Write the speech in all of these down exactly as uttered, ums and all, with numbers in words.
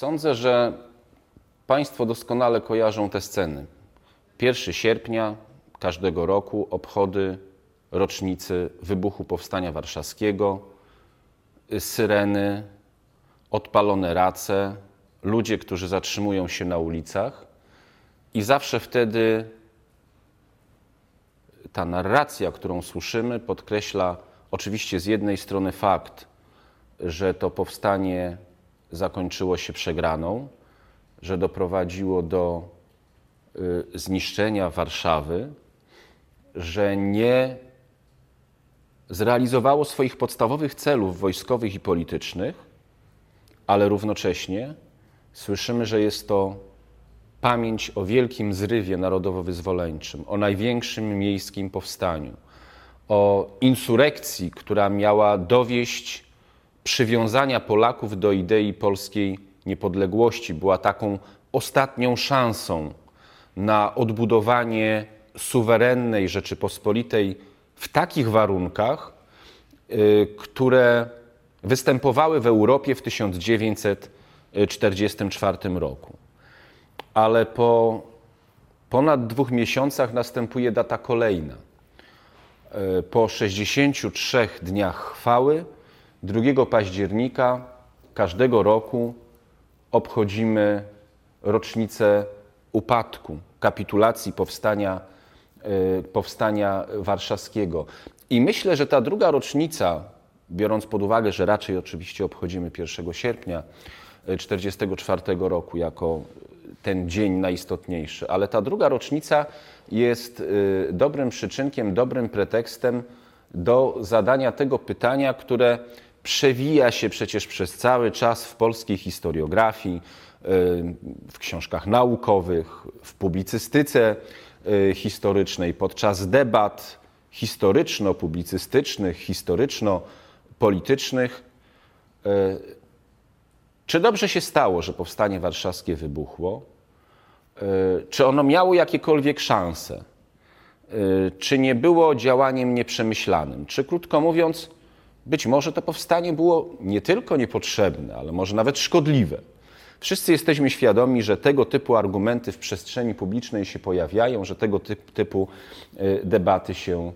Sądzę, że Państwo doskonale kojarzą te sceny. pierwszego sierpnia każdego roku obchody rocznicy wybuchu Powstania Warszawskiego, syreny, odpalone race, ludzie, którzy zatrzymują się na ulicach i zawsze wtedy ta narracja, którą słyszymy, podkreśla oczywiście z jednej strony fakt, że to powstanie zakończyło się przegraną, że doprowadziło do y, zniszczenia Warszawy, że nie zrealizowało swoich podstawowych celów wojskowych i politycznych, ale równocześnie słyszymy, że jest to pamięć o wielkim zrywie narodowo-wyzwoleńczym, o największym miejskim powstaniu, o insurekcji, która miała dowieść przywiązania Polaków do idei polskiej niepodległości. Była taką ostatnią szansą na odbudowanie suwerennej Rzeczypospolitej w takich warunkach, które występowały w Europie w tysiąc dziewięćset czterdziestym czwartym roku. Ale po ponad dwóch miesiącach następuje data kolejna. Po sześćdziesięciu trzech dniach chwały, drugiego października każdego roku obchodzimy rocznicę upadku, kapitulacji powstania, powstania warszawskiego. I myślę, że ta druga rocznica, biorąc pod uwagę, że raczej oczywiście obchodzimy pierwszego sierpnia czterdziestego czwartego roku jako ten dzień najistotniejszy, ale ta druga rocznica jest dobrym przyczynkiem, dobrym pretekstem do zadania tego pytania, które przewija się przecież przez cały czas w polskiej historiografii, w książkach naukowych, w publicystyce historycznej, podczas debat historyczno-publicystycznych, historyczno-politycznych. Czy dobrze się stało, że Powstanie Warszawskie wybuchło? Czy ono miało jakiekolwiek szanse? Czy nie było działaniem nieprzemyślanym? Czy krótko mówiąc, być może to powstanie było nie tylko niepotrzebne, ale może nawet szkodliwe? Wszyscy jesteśmy świadomi, że tego typu argumenty w przestrzeni publicznej się pojawiają, że tego typu debaty się,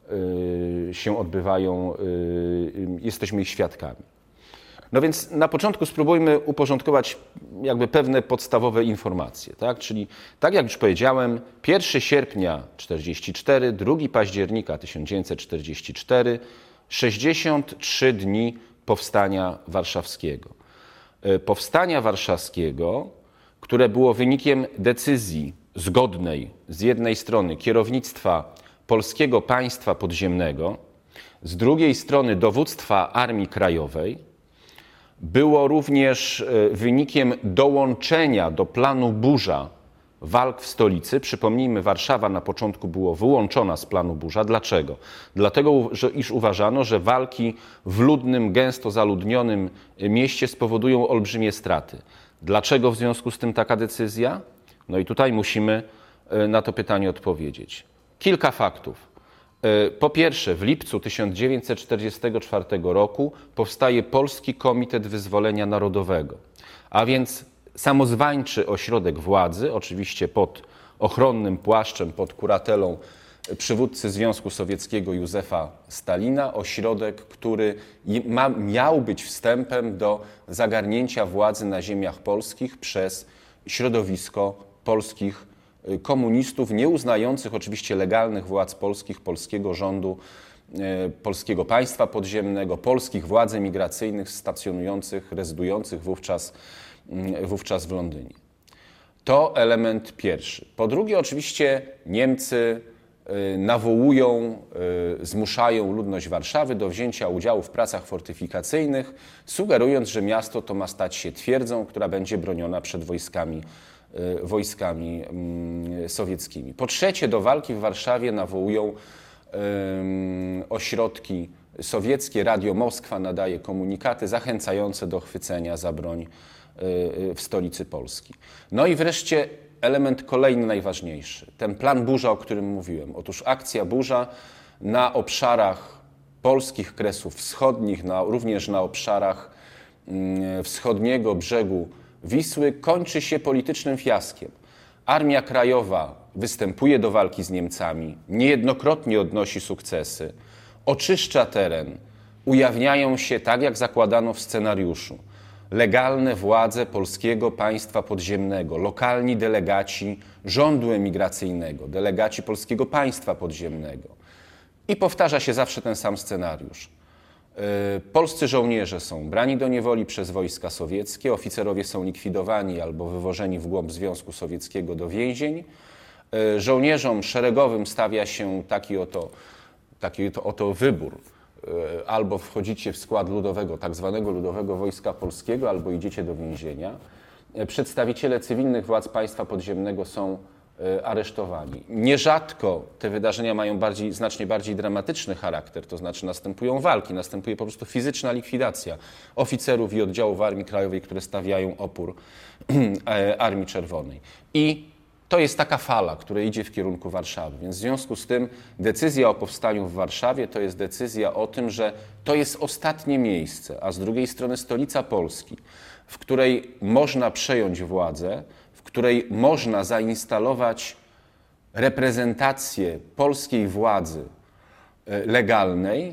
się odbywają, jesteśmy ich świadkami. No więc na początku spróbujmy uporządkować jakby pewne podstawowe informacje, tak? Czyli tak jak już powiedziałem, pierwszego sierpnia czterdziesty czwarty, drugiego października tysiąc dziewięćset czterdziesty czwarty, sześćdziesiąt trzy dni Powstania Warszawskiego. Powstania Warszawskiego, które było wynikiem decyzji zgodnej z jednej strony kierownictwa Polskiego Państwa Podziemnego, z drugiej strony dowództwa Armii Krajowej, było również wynikiem dołączenia do planu Burza walk w stolicy. Przypomnijmy, Warszawa na początku była wyłączona z planu Burza. Dlaczego? Dlatego, że, iż uważano, że walki w ludnym, gęsto zaludnionym mieście spowodują olbrzymie straty. Dlaczego w związku z tym taka decyzja? No i tutaj musimy na to pytanie odpowiedzieć. Kilka faktów. Po pierwsze, w lipcu tysiąc dziewięćset czterdziestego czwartego roku powstaje Polski Komitet Wyzwolenia Narodowego, a więc samozwańczy ośrodek władzy, oczywiście pod ochronnym płaszczem, pod kuratelą przywódcy Związku Sowieckiego Józefa Stalina, ośrodek, który ma, miał być wstępem do zagarnięcia władzy na ziemiach polskich przez środowisko polskich komunistów, nie uznających oczywiście legalnych władz polskich, polskiego rządu, polskiego państwa podziemnego, polskich władz emigracyjnych stacjonujących, rezydujących wówczas, wówczas w Londynie. To element pierwszy. Po drugie, oczywiście Niemcy nawołują, zmuszają ludność Warszawy do wzięcia udziału w pracach fortyfikacyjnych, sugerując, że miasto to ma stać się twierdzą, która będzie broniona przed wojskami wojskami sowieckimi. Po trzecie, do walki w Warszawie nawołują um, ośrodki sowieckie. Radio Moskwa nadaje komunikaty zachęcające do chwycenia za broń w stolicy Polski. No i wreszcie element kolejny, najważniejszy. Ten plan Burza, o którym mówiłem. Otóż akcja Burza na obszarach polskich Kresów Wschodnich, na, również na obszarach um, wschodniego brzegu Wisły kończy się politycznym fiaskiem. Armia Krajowa występuje do walki z Niemcami, niejednokrotnie odnosi sukcesy, oczyszcza teren, ujawniają się, tak jak zakładano w scenariuszu, legalne władze polskiego państwa podziemnego, lokalni delegaci rządu emigracyjnego, delegaci polskiego państwa podziemnego. I powtarza się zawsze ten sam scenariusz. Polscy żołnierze są brani do niewoli przez wojska sowieckie, oficerowie są likwidowani albo wywożeni w głąb Związku Sowieckiego do więzień. Żołnierzom szeregowym stawia się taki oto, taki oto wybór. Albo wchodzicie w skład ludowego, tak zwanego Ludowego Wojska Polskiego, albo idziecie do więzienia. Przedstawiciele cywilnych władz państwa podziemnego są aresztowani. Nierzadko te wydarzenia mają bardziej, znacznie bardziej dramatyczny charakter, to znaczy następują walki, następuje po prostu fizyczna likwidacja oficerów i oddziałów Armii Krajowej, które stawiają opór Armii Czerwonej. I to jest taka fala, która idzie w kierunku Warszawy. Więc w związku z tym decyzja o powstaniu w Warszawie to jest decyzja o tym, że to jest ostatnie miejsce, a z drugiej strony stolica Polski, w której można przejąć władzę, w której można zainstalować reprezentację polskiej władzy legalnej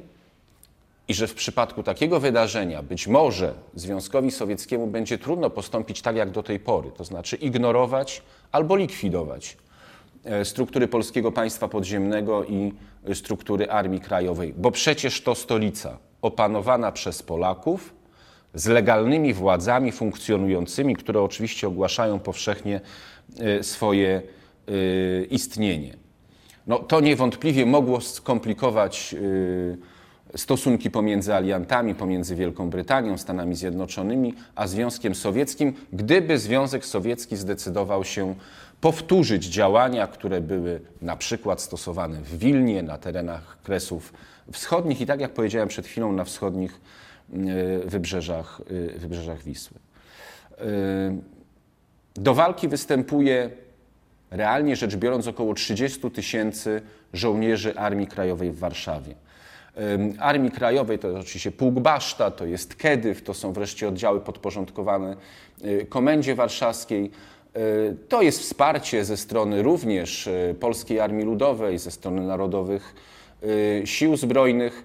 i że w przypadku takiego wydarzenia być może Związkowi Sowieckiemu będzie trudno postąpić tak jak do tej pory, to znaczy ignorować albo likwidować struktury polskiego państwa podziemnego i struktury Armii Krajowej, bo przecież to stolica opanowana przez Polaków, z legalnymi władzami funkcjonującymi, które oczywiście ogłaszają powszechnie swoje istnienie. No, to niewątpliwie mogło skomplikować stosunki pomiędzy aliantami, pomiędzy Wielką Brytanią, Stanami Zjednoczonymi, a Związkiem Sowieckim, gdyby Związek Sowiecki zdecydował się powtórzyć działania, które były na przykład stosowane w Wilnie, na terenach Kresów Wschodnich i tak jak powiedziałem przed chwilą, na wschodnich wybrzeżach, wybrzeżach Wisły. Do walki występuje, realnie rzecz biorąc, około trzydziestu tysięcy żołnierzy Armii Krajowej w Warszawie. Armii Krajowej to jest oczywiście Pułk Baszta, to jest Kedyw, to są wreszcie oddziały podporządkowane Komendzie Warszawskiej. To jest wsparcie ze strony również Polskiej Armii Ludowej, ze strony Narodowych Sił Zbrojnych.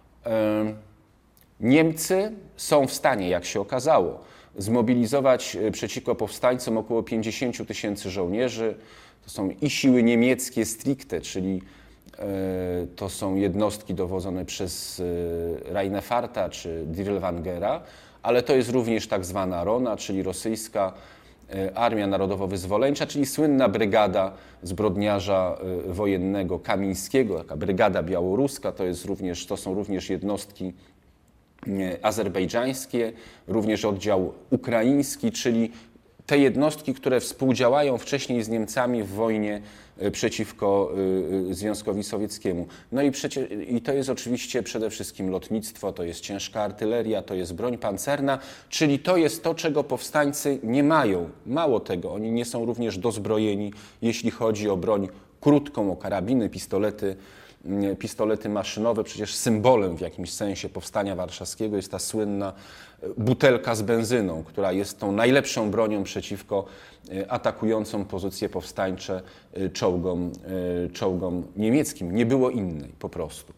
Niemcy są w stanie, jak się okazało, zmobilizować przeciwko powstańcom około pięćdziesięciu tysięcy żołnierzy. To są i siły niemieckie stricte, czyli to są jednostki dowodzone przez Rheinefarta czy Dirlewangera, ale to jest również tak zwana Rona, czyli rosyjska Armia Narodowo-Wyzwoleńcza, czyli słynna brygada zbrodniarza wojennego Kamińskiego, taka brygada białoruska, to, jest również, to są również jednostki azerbejdżańskie, również oddział ukraiński, czyli te jednostki, które współdziałają wcześniej z Niemcami w wojnie przeciwko Związkowi Sowieckiemu. No i, przecie, i to jest oczywiście przede wszystkim lotnictwo, to jest ciężka artyleria, to jest broń pancerna, czyli to jest to, czego powstańcy nie mają. Mało tego, oni nie są również dozbrojeni, jeśli chodzi o broń krótką, o karabiny, pistolety, pistolety maszynowe. Przecież symbolem w jakimś sensie powstania warszawskiego jest ta słynna butelka z benzyną, która jest tą najlepszą bronią przeciwko atakującą pozycje powstańcze czołgom, czołgom niemieckim. Nie było innej po prostu.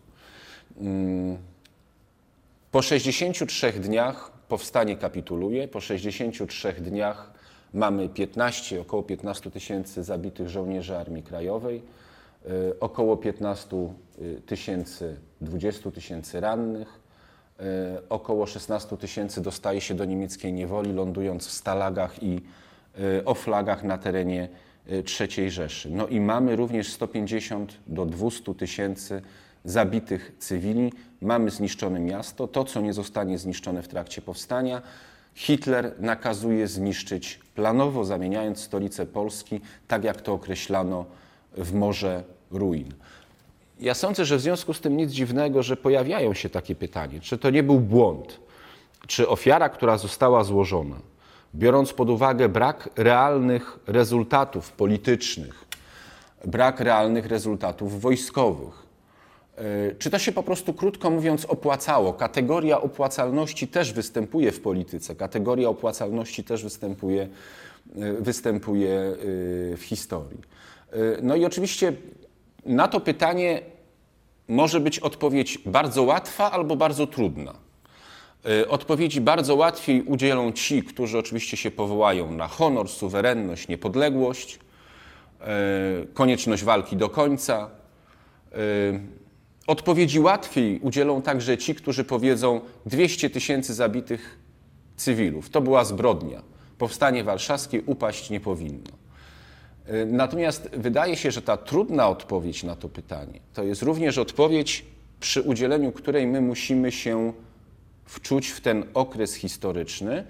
Po sześćdziesięciu trzech dniach powstanie kapituluje. Po sześćdziesięciu trzech dniach mamy piętnaście, około piętnastu tysięcy zabitych żołnierzy Armii Krajowej, około piętnastu tysięcy, dwudziestu tysięcy rannych, około szesnastu tysięcy dostaje się do niemieckiej niewoli, lądując w Stalagach i Oflagach na terenie trzeciej Rzeszy. No i mamy również sto pięćdziesiąt do dwustu tysięcy zabitych cywili, mamy zniszczone miasto. To, co nie zostanie zniszczone w trakcie powstania, Hitler nakazuje zniszczyć planowo, zamieniając stolicę Polski, tak jak to określano, w morze ruin. Ja sądzę, że w związku z tym nic dziwnego, że pojawiają się takie pytania, czy to nie był błąd, czy ofiara, która została złożona, biorąc pod uwagę brak realnych rezultatów politycznych, brak realnych rezultatów wojskowych, Czy to się po prostu, krótko mówiąc, opłacało? Kategoria opłacalności też występuje w polityce, kategoria opłacalności też występuje, występuje w historii. No i oczywiście na to pytanie może być odpowiedź bardzo łatwa albo bardzo trudna. Odpowiedzi bardzo łatwiej udzielą ci, którzy oczywiście się powołają na honor, suwerenność, niepodległość, konieczność walki do końca. Odpowiedzi łatwiej udzielą także ci, którzy powiedzą dwieście tysięcy zabitych cywilów. To była zbrodnia. Powstanie warszawskie upaść nie powinno. Natomiast wydaje się, że ta trudna odpowiedź na to pytanie to jest również odpowiedź, przy udzieleniu której my musimy się wczuć w ten okres historyczny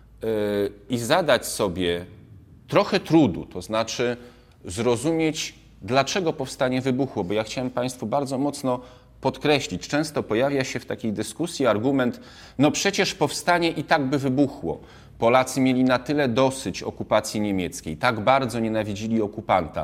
i zadać sobie trochę trudu, to znaczy zrozumieć, dlaczego powstanie wybuchło, bo ja chciałem Państwu bardzo mocno podkreślić, często pojawia się w takiej dyskusji argument, no przecież powstanie i tak by wybuchło. Polacy mieli na tyle dosyć okupacji niemieckiej, tak bardzo nienawidzili okupanta.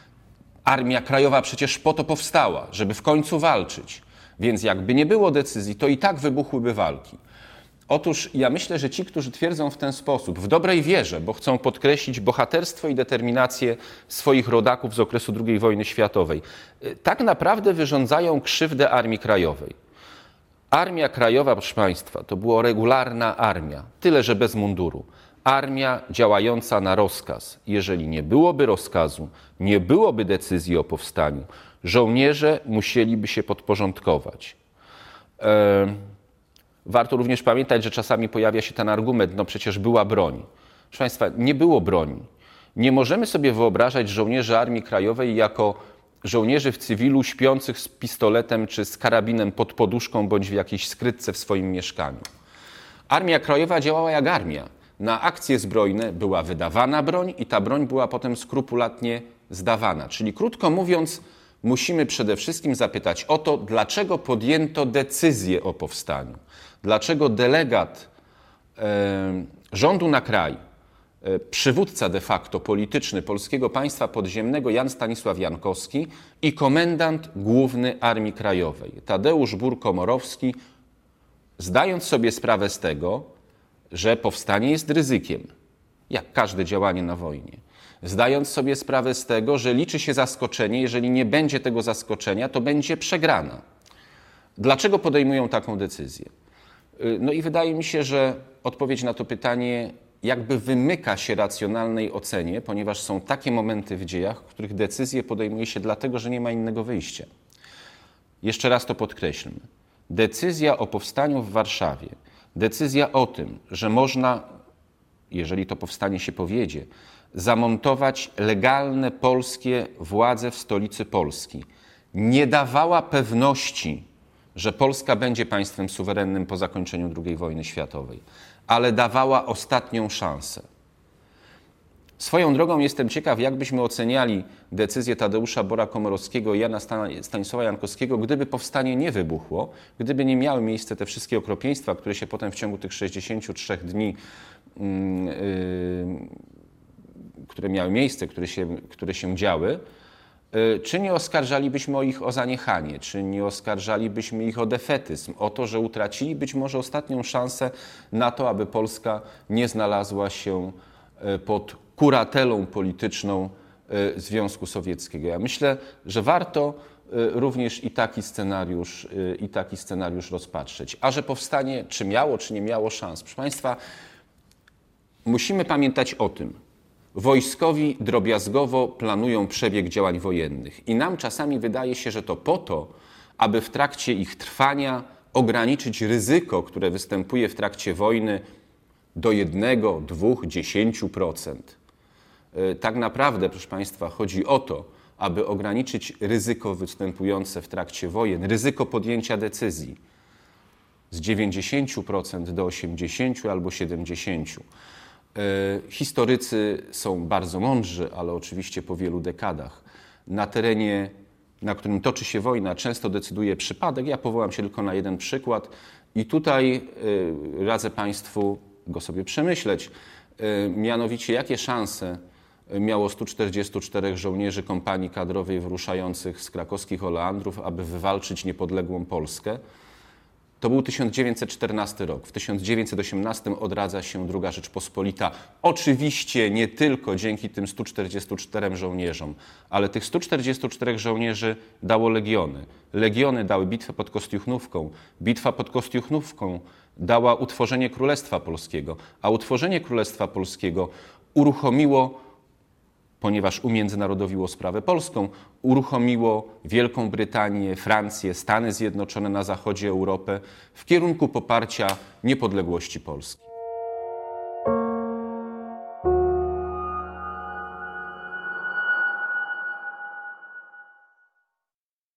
Armia Krajowa przecież po to powstała, żeby w końcu walczyć. Więc jakby nie było decyzji, to i tak wybuchłyby walki. Otóż ja myślę, że ci, którzy twierdzą w ten sposób, w dobrej wierze, bo chcą podkreślić bohaterstwo i determinację swoich rodaków z okresu drugiej wojny światowej, tak naprawdę wyrządzają krzywdę Armii Krajowej. Armia Krajowa, proszę Państwa, to była regularna armia, tyle że bez munduru. Armia działająca na rozkaz. Jeżeli nie byłoby rozkazu, nie byłoby decyzji o powstaniu, żołnierze musieliby się podporządkować. E, warto również pamiętać, że czasami pojawia się ten argument, no przecież była broń. Proszę Państwa, nie było broni. Nie możemy sobie wyobrażać żołnierzy Armii Krajowej jako żołnierzy w cywilu śpiących z pistoletem czy z karabinem pod poduszką bądź w jakiejś skrytce w swoim mieszkaniu. Armia Krajowa działała jak armia. Na akcje zbrojne była wydawana broń i ta broń była potem skrupulatnie zdawana. Czyli krótko mówiąc, musimy przede wszystkim zapytać o to, dlaczego podjęto decyzję o powstaniu. Dlaczego delegat e, rządu na kraj, e, przywódca de facto polityczny Polskiego Państwa Podziemnego Jan Stanisław Jankowski i komendant główny Armii Krajowej Tadeusz Bór-Komorowski, zdając sobie sprawę z tego, że powstanie jest ryzykiem, jak każde działanie na wojnie, zdając sobie sprawę z tego, że liczy się zaskoczenie, jeżeli nie będzie tego zaskoczenia, to będzie przegrana. Dlaczego podejmują taką decyzję? No i wydaje mi się, że odpowiedź na to pytanie jakby wymyka się racjonalnej ocenie, ponieważ są takie momenty w dziejach, w których decyzje podejmuje się dlatego, że nie ma innego wyjścia. Jeszcze raz to podkreślmy. Decyzja o powstaniu w Warszawie, decyzja o tym, że można, jeżeli to powstanie się powiedzie, zamontować legalne polskie władze w stolicy Polski, nie dawała pewności, że Polska będzie państwem suwerennym po zakończeniu drugiej wojny światowej, ale dawała ostatnią szansę. Swoją drogą jestem ciekaw, jak byśmy oceniali decyzję Tadeusza Bora-Komorowskiego i Jana Stanisława Jankowskiego, gdyby powstanie nie wybuchło, gdyby nie miały miejsce te wszystkie okropieństwa, które się potem w ciągu tych sześćdziesięciu trzech dni, yy, które miały miejsce, które się, które się działy, yy, czy nie oskarżalibyśmy ich o zaniechanie, czy nie oskarżalibyśmy ich o defetyzm, o to, że utracili być może ostatnią szansę na to, aby Polska nie znalazła się pod kuratelą polityczną Związku Sowieckiego. Ja myślę, że warto również i taki scenariusz, i taki scenariusz rozpatrzeć. A że powstanie, czy miało, czy nie miało szans? Proszę Państwa, musimy pamiętać o tym. Wojskowi drobiazgowo planują przebieg działań wojennych i nam czasami wydaje się, że to po to, aby w trakcie ich trwania ograniczyć ryzyko, które występuje w trakcie wojny, do jednego, dwóch, dziesięciu procent. Tak naprawdę, proszę Państwa, chodzi o to, aby ograniczyć ryzyko występujące w trakcie wojen, ryzyko podjęcia decyzji z dziewięćdziesięciu procent do osiemdziesięciu albo siedemdziesięciu procent. Historycy są bardzo mądrzy, ale oczywiście po wielu dekadach. Na terenie, na którym toczy się wojna, często decyduje przypadek. Ja powołam się tylko na jeden przykład i tutaj radzę Państwu go sobie przemyśleć. Mianowicie, jakie szanse miało stu czterdziestu czterech żołnierzy kompanii kadrowej wyruszających z krakowskich Oleandrów, aby wywalczyć niepodległą Polskę. To był tysiąc dziewięćset czternasty rok. W tysiąc dziewięćset osiemnastym odradza się druga Rzeczpospolita. Oczywiście nie tylko dzięki tym stu czterdziestu czterem żołnierzom, ale tych stu czterdziestu czterech żołnierzy dało legiony. Legiony dały bitwę pod Kostiuchnówką. Bitwa pod Kostiuchnówką dała utworzenie Królestwa Polskiego, a utworzenie Królestwa Polskiego uruchomiło, ponieważ umiędzynarodowiło sprawę polską, uruchomiło Wielką Brytanię, Francję, Stany Zjednoczone na zachodzie Europy w kierunku poparcia niepodległości Polski.